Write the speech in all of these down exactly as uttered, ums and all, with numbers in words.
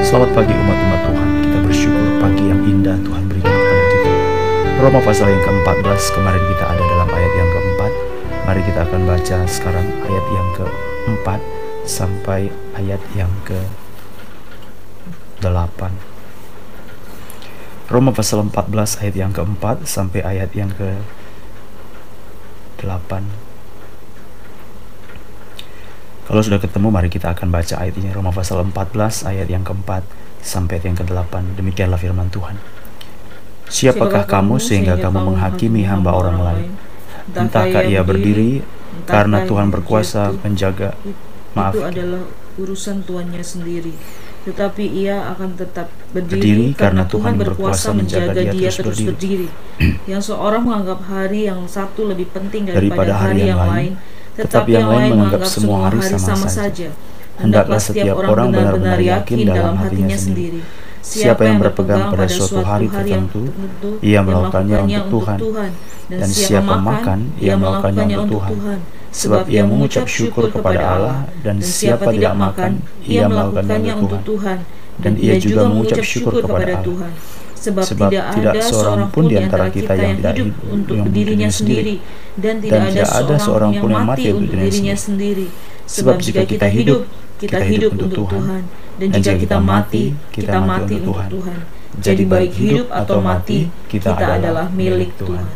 Selamat pagi umat-umat Tuhan. Kita bersyukur pagi yang indah Tuhan berikan kepada kita. Roma pasal yang keempat belas, kemarin kita ada dalam ayat yang keempat. Mari kita akan baca sekarang ayat yang keempat sampai ayat yang ke delapan. Roma pasal empat belas ayat yang keempat sampai ayat yang ke delapan. Kalau sudah ketemu, mari kita akan baca ayat ini. Roma pasal empat belas ayat yang keempat sampai ayat yang ke delapan. Demikianlah firman Tuhan. Siapakah kamu sehingga kamu menghakimi hamba orang lain? Entahkah ia berdiri karena Tuhan berkuasa menjaga, maaf, itu adalah urusan tuannya sendiri. Tetapi ia akan tetap berdiri, berdiri karena Tuhan berkuasa menjaga dia terus berdiri. Yang seorang menganggap hari yang satu lebih penting daripada hari yang lain, tetapi yang lain menganggap semua hari sama saja. Hendaklah setiap orang benar-benar yakin dalam hatinya sendiri. Siapa yang berpegang pada suatu hari tertentu, ia melakukannya untuk Tuhan, dan siapa makan, ia melakukannya untuk Tuhan, sebab ia mengucap syukur kepada Allah. Dan siapa tidak makan, ia melakukannya untuk Tuhan, dan ia juga mengucap syukur kepada Tuhan. Sebab, sebab tidak ada seorang pun di antara kita yang tidak hidup untuk dirinya sendiri, dan tidak ada seorang pun yang mati untuk dirinya sendiri. Sebab jika kita hidup, kita hidup untuk Tuhan, dan jika kita mati, kita mati untuk Tuhan. Jadi baik hidup atau mati, kita adalah milik Tuhan.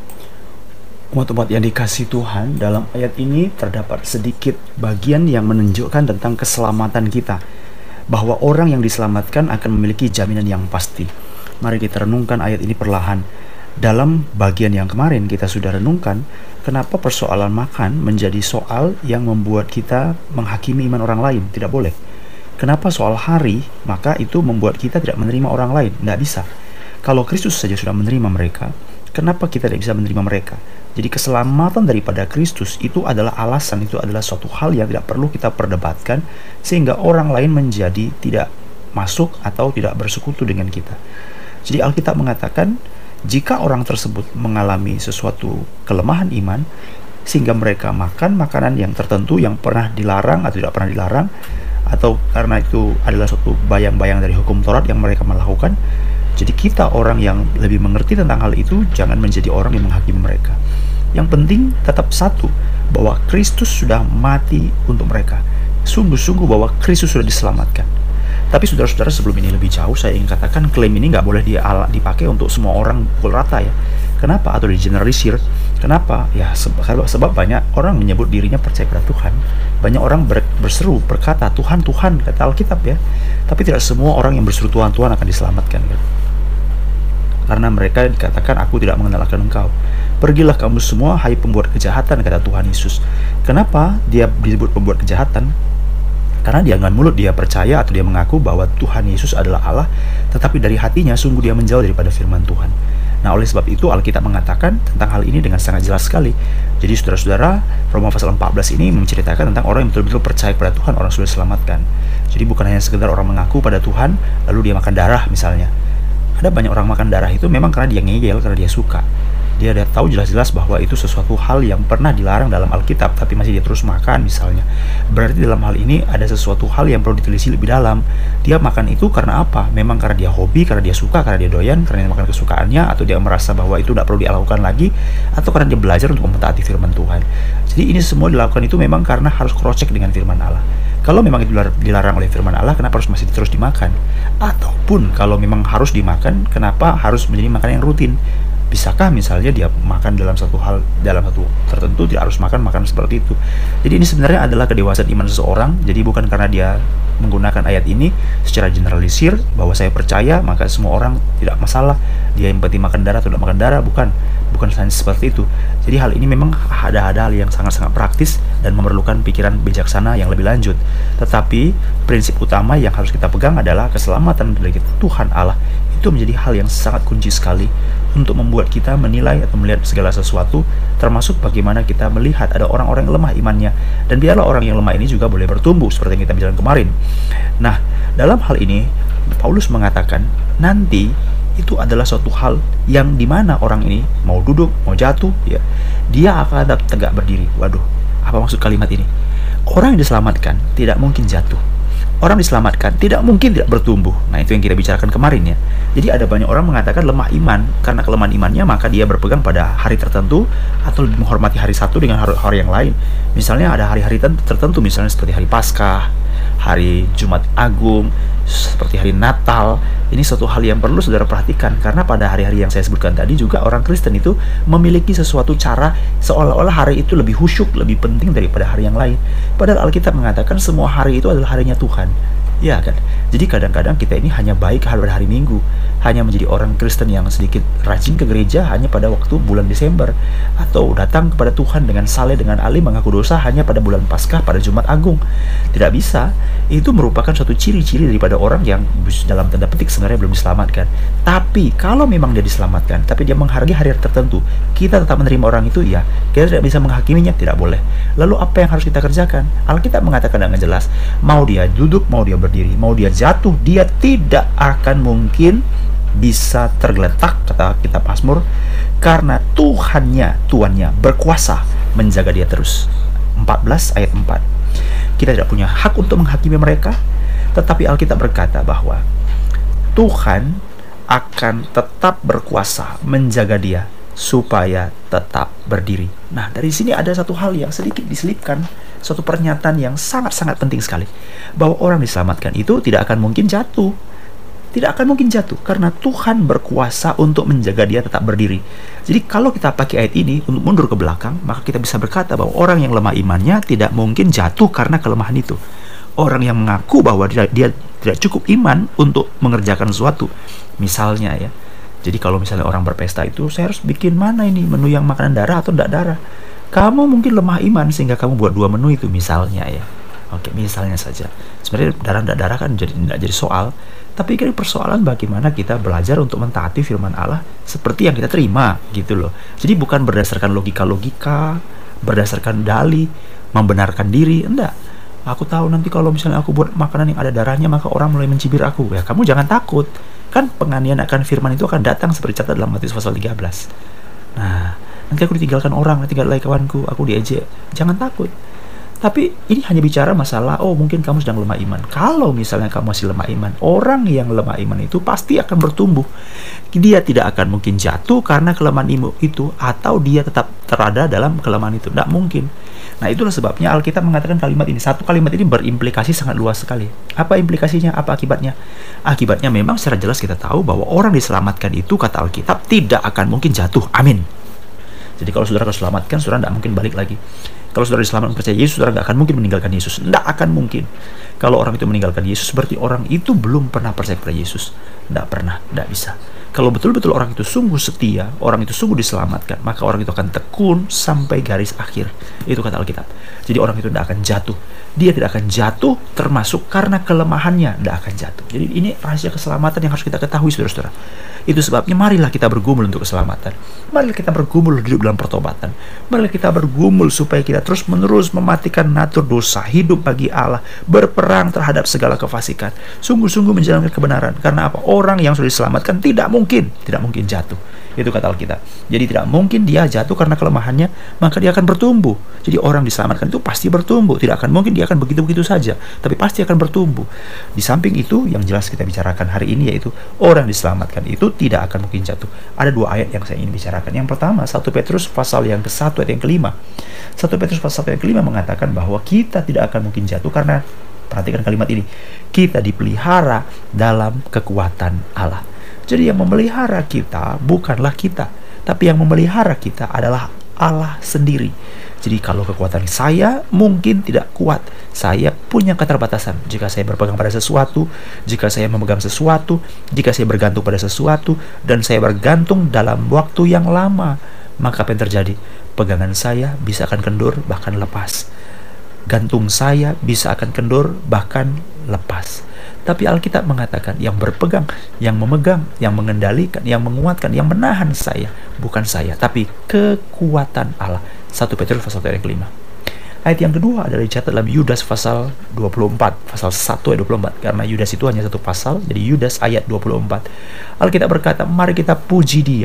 Umat-umat yang dikasihi Tuhan, dalam ayat ini terdapat sedikit bagian yang menunjukkan tentang keselamatan kita, bahwa orang yang diselamatkan akan memiliki jaminan yang pasti. Mari kita renungkan ayat ini perlahan. Dalam bagian yang kemarin kita sudah renungkan, kenapa persoalan makan menjadi soal yang membuat kita menghakimi iman orang lain. Tidak boleh. Kenapa soal hari, maka itu membuat kita tidak menerima orang lain. Tidak bisa. Kalau Kristus saja sudah menerima mereka, kenapa kita tidak bisa menerima mereka? Jadi keselamatan daripada Kristus itu adalah alasan, itu adalah suatu hal yang tidak perlu kita perdebatkan, sehingga orang lain menjadi tidak masuk atau tidak bersekutu dengan kita. Jadi Alkitab mengatakan, jika orang tersebut mengalami sesuatu kelemahan iman, sehingga mereka makan makanan yang tertentu yang pernah dilarang atau tidak pernah dilarang, atau karena itu adalah suatu bayang-bayang dari hukum Taurat yang mereka melakukan, jadi kita orang yang lebih mengerti tentang hal itu, jangan menjadi orang yang menghakimi mereka. Yang penting tetap satu, bahwa Kristus sudah mati untuk mereka. Sungguh-sungguh bahwa Kristus sudah diselamatkan. Tapi saudara-saudara, sebelum ini lebih jauh, saya ingin katakan klaim ini nggak boleh dipakai untuk semua orang pukul rata ya. Kenapa? Atau digeneralisir. Kenapa? Ya sebab, sebab banyak orang menyebut dirinya percaya pada Tuhan. Banyak orang ber, berseru, berkata Tuhan, Tuhan, kata Alkitab ya. Tapi tidak semua orang yang berseru Tuhan, Tuhan akan diselamatkan kan? Karena mereka dikatakan, aku tidak mengenalkan engkau. Pergilah kamu semua, hai pembuat kejahatan, kata Tuhan Yesus. Kenapa dia disebut pembuat kejahatan? Karena dia dengan mulut dia percaya atau dia mengaku bahwa Tuhan Yesus adalah Allah, tetapi dari hatinya sungguh dia menjauh daripada firman Tuhan. Nah, oleh sebab itu Alkitab mengatakan tentang hal ini dengan sangat jelas sekali. Jadi saudara-saudara, Roma pasal empat belas ini menceritakan tentang orang yang betul-betul percaya pada Tuhan, orang sudah diselamatkan. Jadi bukan hanya sekedar orang mengaku pada Tuhan, lalu dia makan darah misalnya. Ada banyak orang makan darah itu memang karena dia ngeyel, karena dia suka. Dia udah tahu jelas-jelas bahwa itu sesuatu hal yang pernah dilarang dalam Alkitab, tapi masih dia terus makan misalnya. Berarti dalam hal ini ada sesuatu hal yang perlu ditelisik lebih dalam. Dia makan itu karena apa? Memang karena dia hobi, karena dia suka, karena dia doyan, karena dia makan kesukaannya, atau dia merasa bahwa itu tidak perlu dilakukan lagi, atau karena dia belajar untuk mentaati firman Tuhan. Jadi ini semua dilakukan itu memang karena harus cross-check dengan firman Allah. Kalau memang itu dilarang oleh firman Allah, kenapa harus masih terus dimakan? Ataupun kalau memang harus dimakan, kenapa harus menjadi makanan yang rutin? Bisakah misalnya dia makan dalam satu hal, dalam satu tertentu tidak harus makan makanan seperti itu? Jadi ini sebenarnya adalah kedewasaan iman seseorang. Jadi bukan karena dia menggunakan ayat ini secara generalisir bahwa saya percaya maka semua orang tidak masalah, dia yang penting makan darah atau tidak makan darah. Bukan, bukan hanya seperti itu. Jadi hal ini memang ada ada hal yang sangat-sangat praktis dan memerlukan pikiran bijaksana yang lebih lanjut. Tetapi prinsip utama yang harus kita pegang adalah keselamatan dari Tuhan Allah. Itu menjadi hal yang sangat kunci sekali untuk membuat kita menilai atau melihat segala sesuatu, termasuk bagaimana kita melihat ada orang-orang yang lemah imannya. Dan biarlah orang yang lemah ini juga boleh bertumbuh seperti yang kita bilang kemarin. Nah, dalam hal ini Paulus mengatakan nanti itu adalah suatu hal yang dimana orang ini mau duduk, mau jatuh, ya dia akan tetap tegak berdiri. Waduh, apa maksud kalimat ini? Orang yang diselamatkan tidak mungkin jatuh. orang diselamatkan tidak mungkin tidak bertumbuh. Nah, itu yang kita bicarakan kemarin ya. Jadi ada banyak orang mengatakan lemah iman. Karena kelemahan imannya, maka dia berpegang pada hari tertentu atau lebih menghormati hari satu dengan hari-hari yang lain. Misalnya ada hari-hari tertentu, misalnya seperti hari Paskah, hari Jumat Agung, seperti hari Natal. Ini suatu hal yang perlu saudara perhatikan, karena pada hari-hari yang saya sebutkan tadi juga orang Kristen itu memiliki sesuatu cara seolah-olah hari itu lebih khusyuk, lebih penting daripada hari yang lain. Padahal Alkitab mengatakan semua hari itu adalah harinya Tuhan. Ya kan? Jadi kadang-kadang kita ini hanya baik pada hari Minggu, hanya menjadi orang Kristen yang sedikit rajin ke gereja hanya pada waktu bulan Desember, atau datang kepada Tuhan dengan saleh dengan alih mengaku dosa hanya pada bulan Paskah, pada Jumat Agung. Tidak bisa. Itu merupakan suatu ciri-ciri daripada orang yang dalam tanda petik sebenarnya belum diselamatkan. Tapi kalau memang dia diselamatkan, tapi dia menghargai hari tertentu, kita tetap menerima orang itu, ya kita tidak bisa menghakiminya, tidak boleh. Lalu apa yang harus kita kerjakan? Alkitab mengatakan dengan jelas, mau dia duduk, mau dia berdiri, mau dia jatuh, dia tidak akan mungkin bisa tergeletak, kata kitab Mazmur, karena Tuhannya, Tuannya berkuasa menjaga dia terus. empat belas ayat empat. Kita tidak punya hak untuk menghakimi mereka, tetapi Alkitab berkata bahwa Tuhan akan tetap berkuasa menjaga dia supaya tetap berdiri. Nah, dari sini ada satu hal yang sedikit diselipkan, suatu pernyataan yang sangat-sangat penting sekali, bahwa orang diselamatkan itu tidak akan mungkin jatuh. Tidak akan mungkin jatuh, karena Tuhan berkuasa untuk menjaga dia tetap berdiri. Jadi kalau kita pakai ayat ini untuk mundur ke belakang, maka kita bisa berkata bahwa orang yang lemah imannya tidak mungkin jatuh karena kelemahan itu. Orang yang mengaku bahwa dia, dia tidak cukup iman untuk mengerjakan sesuatu, misalnya ya, jadi kalau misalnya orang berpesta itu, saya harus bikin mana ini, menu yang makanan darah atau tidak darah. Kamu mungkin lemah iman sehingga kamu buat dua menu itu, misalnya ya. Oke, misalnya saja. Sebenarnya darah tidak darah kan jadi tidak jadi soal. Tapi kan persoalan bagaimana kita belajar untuk mentaati firman Allah seperti yang kita terima, gitu loh. Jadi bukan berdasarkan logika-logika, berdasarkan dalih, membenarkan diri, enggak. Aku tahu nanti kalau misalnya aku buat makanan yang ada darahnya, maka orang mulai mencibir aku. Ya, kamu jangan takut. Kan penganiayaan akan firman itu akan datang seperti catat dalam Matius pasal tiga belas. Nah, nanti aku ditinggalkan orang, nanti tinggal lagi kawanku, aku diejek. Jangan takut. Tapi ini hanya bicara masalah, oh mungkin kamu sedang lemah iman. Kalau misalnya kamu masih lemah iman, orang yang lemah iman itu pasti akan bertumbuh. Dia tidak akan mungkin jatuh karena kelemahan iman itu, atau dia tetap terada dalam kelemahan itu. Tidak mungkin. Nah, itulah sebabnya Alkitab mengatakan kalimat ini. Satu kalimat ini berimplikasi sangat luas sekali. Apa implikasinya? Apa akibatnya? Akibatnya memang secara jelas kita tahu bahwa orang diselamatkan itu, kata Alkitab, tidak akan mungkin jatuh. Amin. Jadi kalau saudara diselamatkan, saudara tidak mungkin balik lagi. Kalau saudara diselamatkan percaya Yesus, saudara tidak akan mungkin meninggalkan Yesus. Tidak akan mungkin. Kalau orang itu meninggalkan Yesus, berarti orang itu belum pernah percaya kepada Yesus. Tidak pernah, tidak bisa. Kalau betul-betul orang itu sungguh setia, orang itu sungguh diselamatkan, maka orang itu akan tekun sampai garis akhir. Itu kata Alkitab. Jadi orang itu tidak akan jatuh. Dia tidak akan jatuh termasuk karena kelemahannya, tidak akan jatuh. Jadi ini rahasia keselamatan yang harus kita ketahui, saudara-saudara. Itu sebabnya marilah kita bergumul untuk keselamatan. Marilah kita bergumul hidup dalam pertobatan. Marilah kita bergumul supaya kita terus-menerus mematikan natur dosa, hidup bagi Allah, berperang terhadap segala kefasikan, sungguh-sungguh menjalankan kebenaran. Karena apa? Orang yang sudah diselamatkan tidak mungkin, tidak mungkin jatuh. Itu kata Alkitab. Jadi tidak mungkin dia jatuh karena kelemahannya, maka dia akan bertumbuh. Jadi orang diselamatkan itu pasti bertumbuh. Tidak akan mungkin dia akan begitu-begitu saja, tapi pasti akan bertumbuh. Di samping itu, yang jelas kita bicarakan hari ini yaitu orang diselamatkan itu tidak akan mungkin jatuh. Ada dua ayat yang saya ingin bicarakan. Yang pertama, satu Petrus pasal yang ke satu ayat yang kelima. satu Petrus pasal yang kelima mengatakan bahwa kita tidak akan mungkin jatuh karena, perhatikan kalimat ini, kita dipelihara dalam kekuatan Allah. Jadi yang memelihara kita bukanlah kita, tapi yang memelihara kita adalah Allah sendiri. Jadi kalau kekuatan saya mungkin tidak kuat, saya punya keterbatasan. Jika saya berpegang pada sesuatu, jika saya memegang sesuatu, jika saya bergantung pada sesuatu, dan saya bergantung dalam waktu yang lama, maka apa yang terjadi? Pegangan saya bisa akan kendur, bahkan lepas. Gantung saya bisa akan kendur, bahkan lepas. Tapi Alkitab mengatakan yang berpegang, yang memegang, yang mengendalikan, yang menguatkan, yang menahan saya, bukan saya, tapi kekuatan Allah. satu Petrus pasal yang kelima. Ayat yang kedua adalah dicatat dalam Yudas pasal dua puluh empat, pasal satu ayat dua puluh empat. Karena Yudas itu hanya satu pasal, jadi Yudas ayat dua puluh empat. Alkitab berkata, mari kita puji Dia,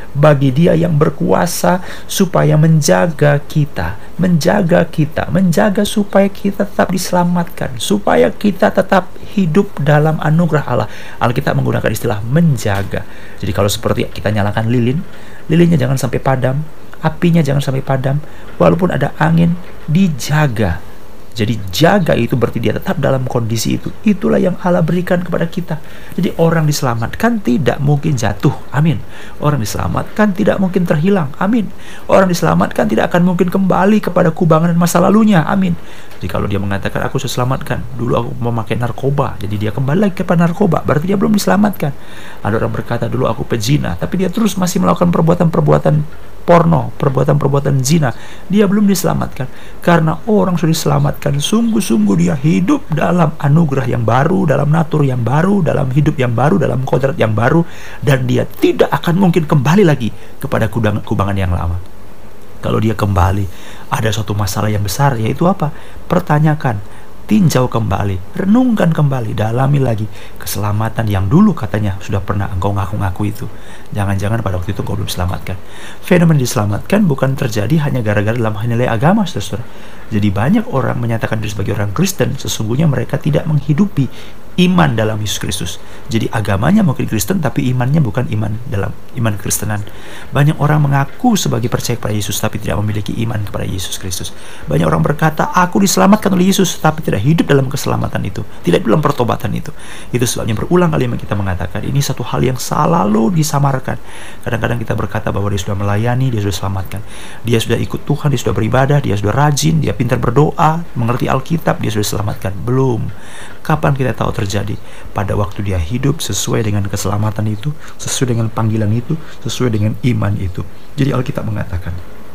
bagi Dia yang berkuasa supaya menjaga kita, menjaga kita, menjaga supaya kita tetap diselamatkan, supaya kita tetap hidup dalam anugerah Allah. Alkitab menggunakan istilah menjaga. Jadi kalau seperti kita nyalakan lilin, lilinnya jangan sampai padam, apinya jangan sampai padam, walaupun ada angin, dijaga. Jadi jaga itu berarti dia tetap dalam kondisi itu. Itulah yang Allah berikan kepada kita. Jadi orang diselamatkan tidak mungkin jatuh. Amin. Orang diselamatkan tidak mungkin terhilang. Amin. Orang diselamatkan tidak akan mungkin kembali kepada kubangan masa lalunya. Amin. Jadi kalau dia mengatakan aku sudah selamatkan, dulu aku memakai narkoba, jadi dia kembali lagi kepada narkoba, berarti dia belum diselamatkan. Ada orang berkata dulu aku pezina, tapi dia terus masih melakukan perbuatan-perbuatan porno, perbuatan-perbuatan zina, dia belum diselamatkan. Karena orang sudah diselamatkan, sungguh-sungguh dia hidup dalam anugerah yang baru, dalam natur yang baru, dalam hidup yang baru, dalam kodrat yang baru, dan dia tidak akan mungkin kembali lagi kepada kubangan yang lama. Kalau dia kembali, ada suatu masalah yang besar, yaitu apa? Pertanyakan, tinjau kembali, renungkan kembali, dalami lagi keselamatan yang dulu katanya sudah pernah engkau ngaku-ngaku itu. Jangan-jangan pada waktu itu engkau belum diselamatkan. Fenomena diselamatkan bukan terjadi hanya gara-gara dalam nilai agama, saudara. Jadi banyak orang menyatakan diri sebagai orang Kristen, sesungguhnya mereka tidak menghidupi iman dalam Yesus Kristus. Jadi agamanya mungkin Kristen, tapi imannya bukan iman dalam iman Kristenan. Banyak orang mengaku sebagai percaya kepada Yesus, tapi tidak memiliki iman kepada Yesus Kristus. Banyak orang berkata, aku diselamatkan oleh Yesus, tapi tidak hidup dalam keselamatan itu, tidak dalam pertobatan itu. Itu sebabnya berulang kali kita mengatakan, ini satu hal yang selalu disamarkan. Kadang-kadang kita berkata bahwa dia sudah melayani, dia sudah selamatkan, dia sudah ikut Tuhan, dia sudah beribadah, dia sudah rajin, dia pintar berdoa, mengerti Alkitab, dia sudah selamatkan. Belum. Kapan kita tahu terjadi? Pada waktu dia hidup sesuai dengan keselamatan itu, sesuai dengan panggilan itu, sesuai dengan iman itu. Jadi Alkitab mengatakan,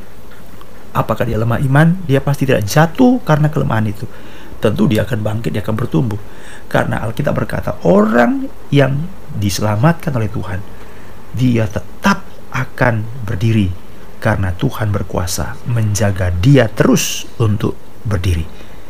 apakah dia lemah iman? Dia pasti tidak jatuh karena kelemahan itu. Tentu dia akan bangkit, dia akan bertumbuh. Karena Alkitab berkata, orang yang diselamatkan oleh Tuhan, dia tetap akan berdiri, karena Tuhan berkuasa menjaga dia terus untuk berdiri.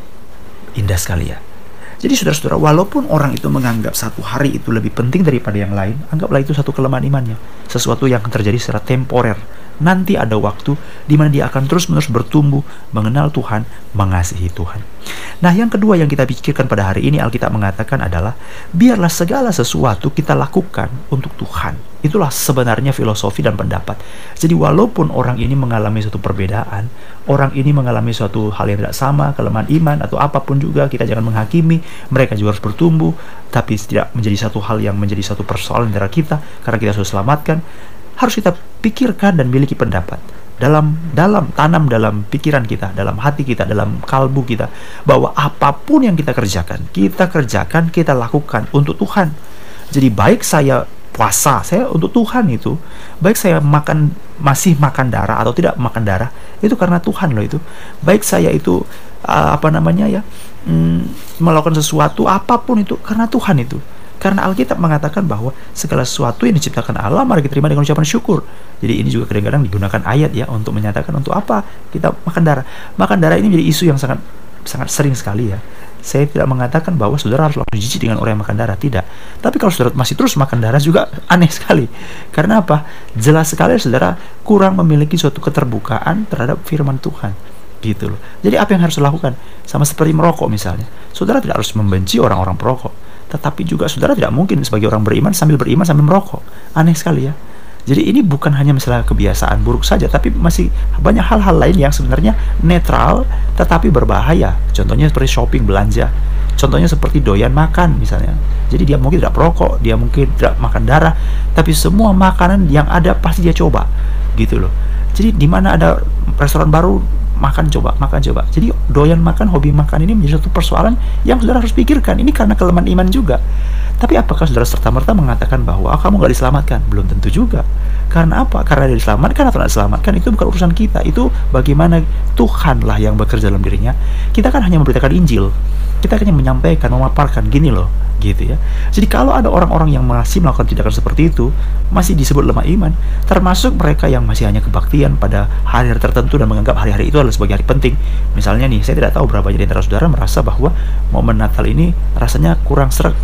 Indah sekali ya. Jadi saudara-saudara, walaupun orang itu menganggap satu hari itu lebih penting daripada yang lain, anggaplah itu satu kelemahan imannya, sesuatu yang terjadi secara temporer. Nanti ada waktu di mana dia akan terus-menerus bertumbuh, mengenal Tuhan, mengasihi Tuhan. Nah, yang kedua yang kita pikirkan pada hari ini, Alkitab mengatakan adalah, biarlah segala sesuatu kita lakukan untuk Tuhan. Itulah sebenarnya filosofi dan pendapat. Jadi walaupun orang ini mengalami suatu perbedaan, orang ini mengalami suatu hal yang tidak sama, kelemahan iman atau apapun juga, kita jangan menghakimi. Mereka juga harus bertumbuh, tapi tidak menjadi satu hal yang menjadi satu persoalan antara kita, karena kita sudah selamatkan. Harus kita pikirkan dan miliki pendapat dalam dalam tanam dalam pikiran kita, dalam hati kita, dalam kalbu kita, bahwa apapun yang kita kerjakan, kita kerjakan, kita lakukan untuk Tuhan. Jadi baik saya puasa, saya untuk Tuhan itu. Baik saya makan, masih makan darah atau tidak makan darah, itu karena Tuhan loh itu. Baik saya itu uh, apa namanya ya, hmm, melakukan sesuatu apapun itu karena Tuhan itu. Karena Alkitab mengatakan bahwa segala sesuatu yang diciptakan Allah mari kita terima dengan ucapan syukur. Jadi ini juga kadang-kadang digunakan ayat ya untuk menyatakan untuk apa kita makan darah. Makan darah ini menjadi isu yang sangat sangat sering sekali ya. Saya tidak mengatakan bahwa saudara harus langsung jijik dengan orang yang makan darah, tidak. Tapi kalau saudara masih terus makan darah juga aneh sekali. Karena apa? Jelas sekali saudara kurang memiliki suatu keterbukaan terhadap firman Tuhan. Gitu loh. Jadi apa yang harus dilakukan? Sama seperti merokok misalnya. Saudara tidak harus membenci orang-orang perokok, tetapi juga saudara tidak mungkin sebagai orang beriman sambil beriman sambil merokok. Aneh sekali ya. Jadi ini bukan hanya masalah kebiasaan buruk saja, tapi masih banyak hal-hal lain yang sebenarnya netral tetapi berbahaya. Contohnya seperti shopping, belanja. Contohnya seperti doyan makan misalnya. Jadi dia mungkin tidak perokok, dia mungkin tidak makan darah, tapi semua makanan yang ada pasti dia coba. Gitu loh. Jadi di mana ada restoran baru, makan coba, makan coba. Jadi doyan makan, hobi makan ini menjadi satu persoalan yang saudara harus pikirkan. Ini karena kelemahan iman juga. Tapi apakah saudara serta-merta mengatakan bahwa oh, kamu gak diselamatkan? Belum tentu juga. Karena apa? Karena dia diselamatkan atau tidak diselamatkan itu bukan urusan kita. Itu bagaimana Tuhanlah yang bekerja dalam dirinya. Kita kan hanya memberitakan Injil. Kita hanya menyampaikan, memaparkan gini loh, gitu ya. Jadi kalau ada orang-orang yang masih melakukan tindakan seperti itu, masih disebut lemah iman, termasuk mereka yang masih hanya kebaktian pada hari-hari tertentu dan menganggap hari-hari itu adalah sebagai hari penting. Misalnya nih, saya tidak tahu berapa jadi antara saudara merasa bahwa momen Natal ini rasanya kurang sreg.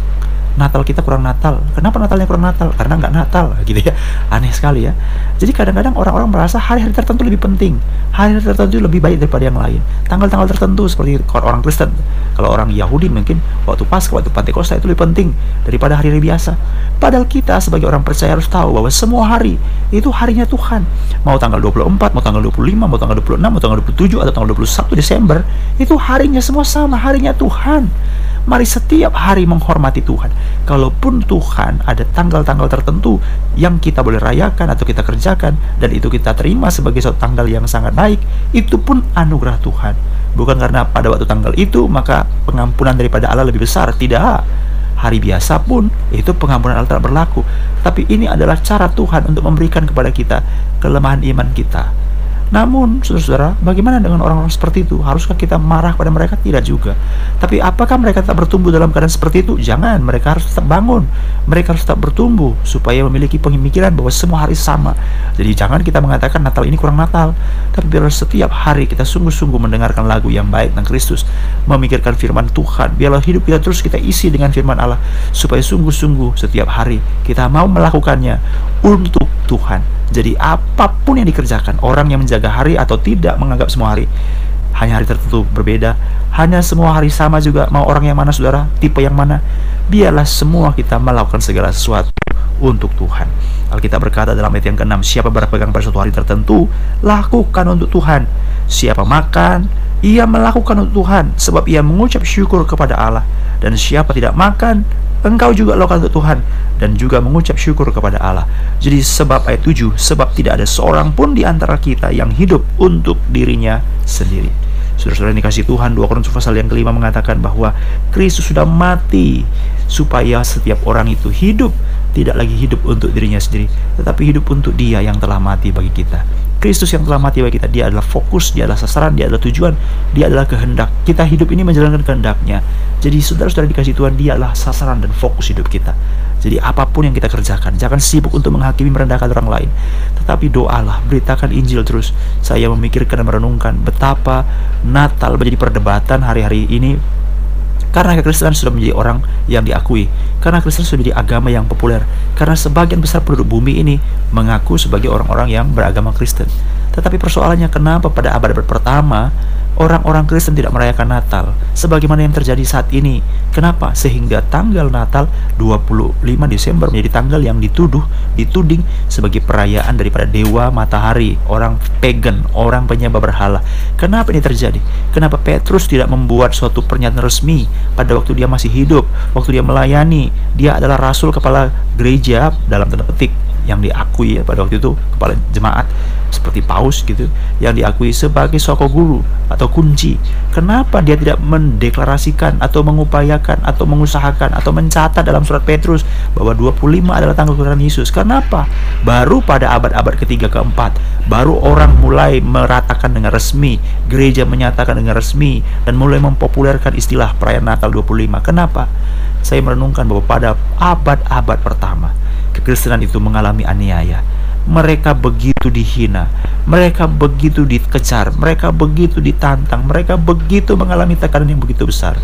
Natal kita kurang Natal. Kenapa Natalnya kurang Natal? Karena nggak Natal, gitu ya. Aneh sekali ya. Jadi kadang-kadang orang-orang merasa hari-hari tertentu lebih penting, hari-hari tertentu lebih baik daripada yang lain. Tanggal-tanggal tertentu seperti orang Kristen, kalau orang Yahudi mungkin waktu Paskah, waktu Pentakosta itu lebih penting daripada hari-hari biasa. Padahal kita sebagai orang percaya harus tahu bahwa semua hari itu harinya Tuhan. Mau tanggal dua puluh empat, mau tanggal dua puluh lima, mau tanggal dua puluh enam, mau tanggal dua puluh tujuh, atau tanggal dua puluh satu Desember, itu harinya semua sama, harinya Tuhan. Mari setiap hari menghormati Tuhan. Kalaupun Tuhan ada tanggal-tanggal tertentu yang kita boleh rayakan atau kita kerjakan, dan itu kita terima sebagai suatu tanggal yang sangat baik, itu pun anugerah Tuhan. Bukan karena pada waktu tanggal itu maka pengampunan daripada Allah lebih besar. Tidak. Hari biasa pun itu pengampunan Allah tak berlaku. Tapi ini adalah cara Tuhan untuk memberikan kepada kita kelemahan iman kita. Namun, saudara-saudara, bagaimana dengan orang-orang seperti itu? Haruskah kita marah pada mereka? Tidak juga. Tapi apakah mereka tetap bertumbuh dalam keadaan seperti itu? Jangan, mereka harus tetap bangun. Mereka harus tetap bertumbuh supaya memiliki pemikiran bahwa semua hari sama. Jadi jangan kita mengatakan Natal ini kurang Natal. Tapi biarlah setiap hari kita sungguh-sungguh mendengarkan lagu yang baik tentang Kristus, memikirkan firman Tuhan. Biarlah hidup kita terus kita isi dengan firman Allah, supaya sungguh-sungguh setiap hari kita mau melakukannya untuk Tuhan. Jadi apapun yang dikerjakan, orang yang menjaga hari atau tidak menganggap semua hari hanya hari tertentu berbeda, hanya semua hari sama juga, mau orang yang mana saudara, tipe yang mana, biarlah semua kita melakukan segala sesuatu untuk Tuhan. Alkitab berkata dalam ayat yang keenam, siapa berpegang pada suatu hari tertentu, lakukan untuk Tuhan. Siapa makan, ia melakukan untuk Tuhan, sebab ia mengucap syukur kepada Allah. Dan siapa tidak makan, engkau juga lakukan untuk Tuhan, dan juga mengucap syukur kepada Allah. Jadi sebab ayat tujuh, sebab tidak ada seorang pun di antara kita yang hidup untuk dirinya sendiri. Saudara-saudara yang dikasihi Tuhan, dua Korintus pasal yang kelima mengatakan bahwa Kristus sudah mati supaya setiap orang itu hidup, tidak lagi hidup untuk dirinya sendiri, tetapi hidup untuk Dia yang telah mati bagi kita. Kristus yang telah mati bagi kita, Dia adalah fokus, Dia adalah sasaran, Dia adalah tujuan, Dia adalah kehendak. Kita hidup ini menjalankan kehendak-Nya. Jadi saudara-saudara dikasihi Tuhan, Dia adalah sasaran dan fokus hidup kita. Jadi apapun yang kita kerjakan, jangan sibuk untuk menghakimi, merendahkan orang lain, tetapi doalah, beritakan Injil terus. Saya memikirkan dan merenungkan betapa Natal menjadi perdebatan hari-hari ini, karena kekristenan sudah menjadi orang yang diakui, karena Kristen sudah menjadi agama yang populer, karena sebagian besar penduduk bumi ini mengaku sebagai orang-orang yang beragama Kristen. Tetapi persoalannya, kenapa pada abad-abad pertama orang-orang Kristen tidak merayakan Natal sebagaimana yang terjadi saat ini? Kenapa? Sehingga tanggal Natal dua puluh lima Desember menjadi tanggal yang dituduh, dituding sebagai perayaan daripada dewa matahari, orang pagan, orang penyembah berhala. Kenapa ini terjadi? Kenapa Petrus tidak membuat suatu pernyataan resmi pada waktu dia masih hidup, waktu dia melayani? Dia adalah rasul, kepala gereja dalam tanda petik, yang diakui ya, pada waktu itu kepala jemaat seperti paus gitu, yang diakui sebagai soko guru atau kunci. Kenapa dia tidak mendeklarasikan atau mengupayakan atau mengusahakan atau mencatat dalam surat Petrus bahwa dua puluh lima adalah tanggal kelahiran Yesus? Kenapa? Baru pada abad-abad ketiga keempat baru orang mulai meratakan dengan resmi, gereja menyatakan dengan resmi, dan mulai mempopulerkan istilah perayaan Natal dua puluh lima. Kenapa? Saya merenungkan bahwa pada abad-abad pertama kekristenan itu mengalami aniaya. Mereka begitu dihina, mereka begitu dikejar, mereka begitu ditantang, mereka begitu mengalami tekanan yang begitu besar.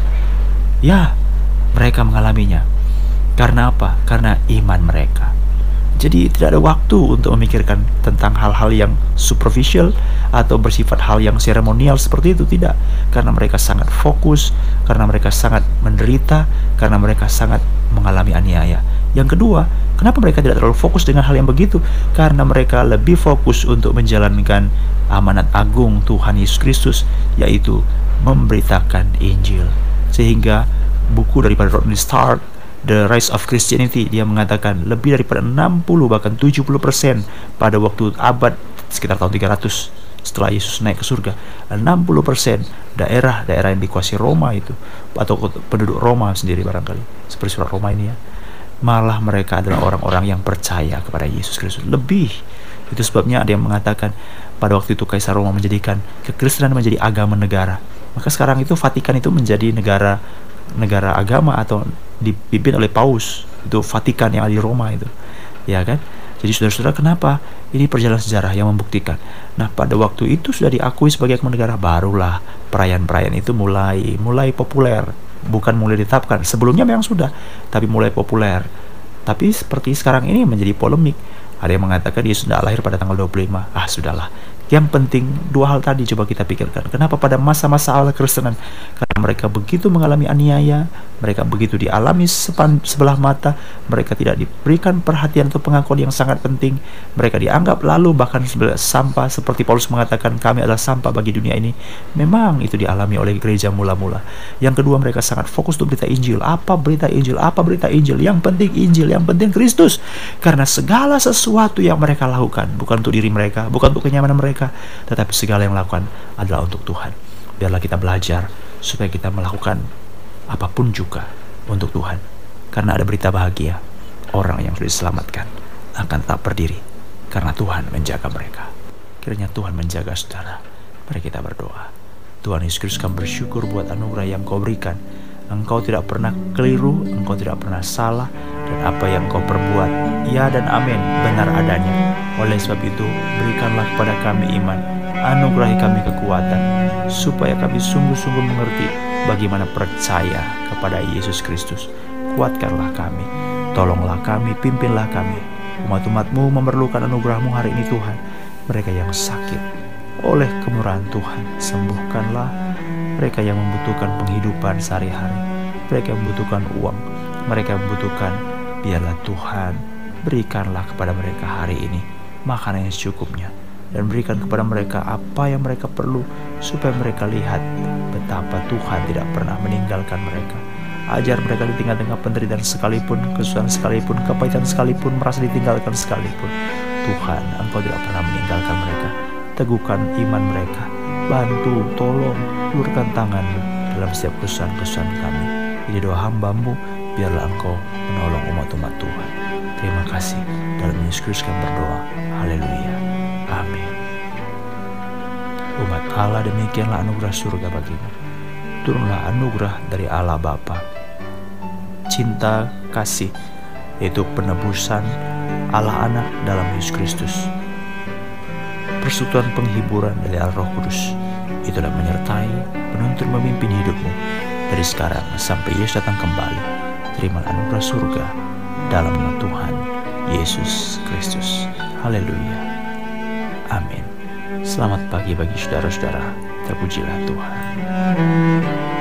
Ya, mereka mengalaminya. Karena apa? Karena iman mereka. Jadi tidak ada waktu untuk memikirkan tentang hal-hal yang superficial atau bersifat hal yang seremonial seperti itu. Tidak. Karena mereka sangat fokus, karena mereka sangat menderita, karena mereka sangat mengalami aniaya. Yang kedua, kenapa mereka tidak terlalu fokus dengan hal yang begitu? Karena mereka lebih fokus untuk menjalankan amanat agung Tuhan Yesus Kristus, yaitu memberitakan Injil. Sehingga buku daripada Rodney Stark, The Rise of Christianity, dia mengatakan lebih daripada enam puluh bahkan tujuh puluh persen pada waktu abad sekitar tahun tiga ratus setelah Yesus naik ke surga, enam puluh persen daerah-daerah yang dikuasai Roma itu, atau penduduk Roma sendiri barangkali, seperti surat Roma ini ya, malah mereka adalah orang-orang yang percaya kepada Yesus Kristus lebih. Itu sebabnya ada yang mengatakan pada waktu itu Kaisar Roma menjadikan kekristenan menjadi agama negara. Maka sekarang itu Vatikan itu menjadi negara negara agama atau dipimpin oleh Paus. Itu Vatikan yang ada di Roma itu, ya kan? Jadi saudara-saudara, kenapa? Ini perjalanan sejarah yang membuktikan. Nah, pada waktu itu sudah diakui sebagai agama negara, barulah perayaan-perayaan itu mulai mulai populer bukan mulai ditetapkan. Sebelumnya memang sudah, tapi mulai populer. Tapi seperti sekarang ini menjadi polemik. Ada yang mengatakan Yesus tidak lahir pada tanggal dua puluh lima. Ah, sudahlah. Yang penting dua hal tadi coba kita pikirkan. Kenapa pada masa-masa awal Kristenan? Karena mereka begitu mengalami aniaya, mereka begitu dialami sepan, sebelah mata, mereka tidak diberikan perhatian atau pengakuan yang sangat penting. Mereka dianggap lalu bahkan sampah, seperti Paulus mengatakan, kami adalah sampah bagi dunia ini. Memang itu dialami oleh gereja mula-mula. Yang kedua, mereka sangat fokus untuk berita Injil. Apa berita Injil? Apa berita Injil? Yang penting Injil, yang penting Kristus. Karena segala sesuatu yang mereka lakukan bukan untuk diri mereka, bukan untuk kenyamanan mereka, tetapi segala yang lakukan adalah untuk Tuhan. Biarlah kita belajar supaya kita melakukan apapun juga untuk Tuhan. Karena ada berita bahagia, orang yang sudah diselamatkan akan tetap berdiri karena Tuhan menjaga mereka. Kiranya Tuhan menjaga saudara. Mari kita berdoa. Tuhan Yesus Kristus, kami bersyukur buat anugerah yang Kau berikan. Engkau tidak pernah keliru, Engkau tidak pernah salah, dan apa yang Kau perbuat, ya dan amin, benar adanya. Oleh sebab itu, berikanlah kepada kami iman, anugerahi kami kekuatan, supaya kami sungguh-sungguh mengerti bagaimana percaya kepada Yesus Kristus. Kuatkanlah kami, tolonglah kami, pimpinlah kami. Umat-umat-Mu memerlukan anugerah-Mu hari ini Tuhan. Mereka yang sakit, oleh kemurahan Tuhan, sembuhkanlah. Mereka yang membutuhkan penghidupan sehari-hari, mereka yang membutuhkan uang, mereka yang membutuhkan, biarlah Tuhan berikanlah kepada mereka hari ini makanan yang secukupnya, dan berikan kepada mereka apa yang mereka perlu, supaya mereka lihat betapa Tuhan tidak pernah meninggalkan mereka. Ajar mereka di tengah-tengah penderitaan sekalipun, kesusahan sekalipun, kepahitan sekalipun, merasa ditinggalkan sekalipun, Tuhan, Engkau tidak pernah meninggalkan mereka. Teguhkan iman mereka, bantu, tolong, ulurkan tangan-Mu dalam setiap kesusahan-kesusahan kami. Ini doa hamba-Mu, biarlah Engkau menolong umat-umat Tuhan. Terima kasih. Dalam Yesus Kristus kami berdoa. Haleluya. Amin. Umat Allah, demikianlah anugerah surga bagimu. Turunlah anugerah dari Allah Bapa, cinta, kasih, yaitu penebusan Allah Anak dalam Yesus Kristus, persekutuan penghiburan dari Allah Roh Kudus, itulah menyertai, menuntun, memimpin hidupmu dari sekarang sampai Yesus datang kembali. Terima anugerah surga dalam nama Tuhan Yesus Kristus. Haleluya. Amin. Selamat pagi bagi saudara-saudara. Terpujilah Tuhan.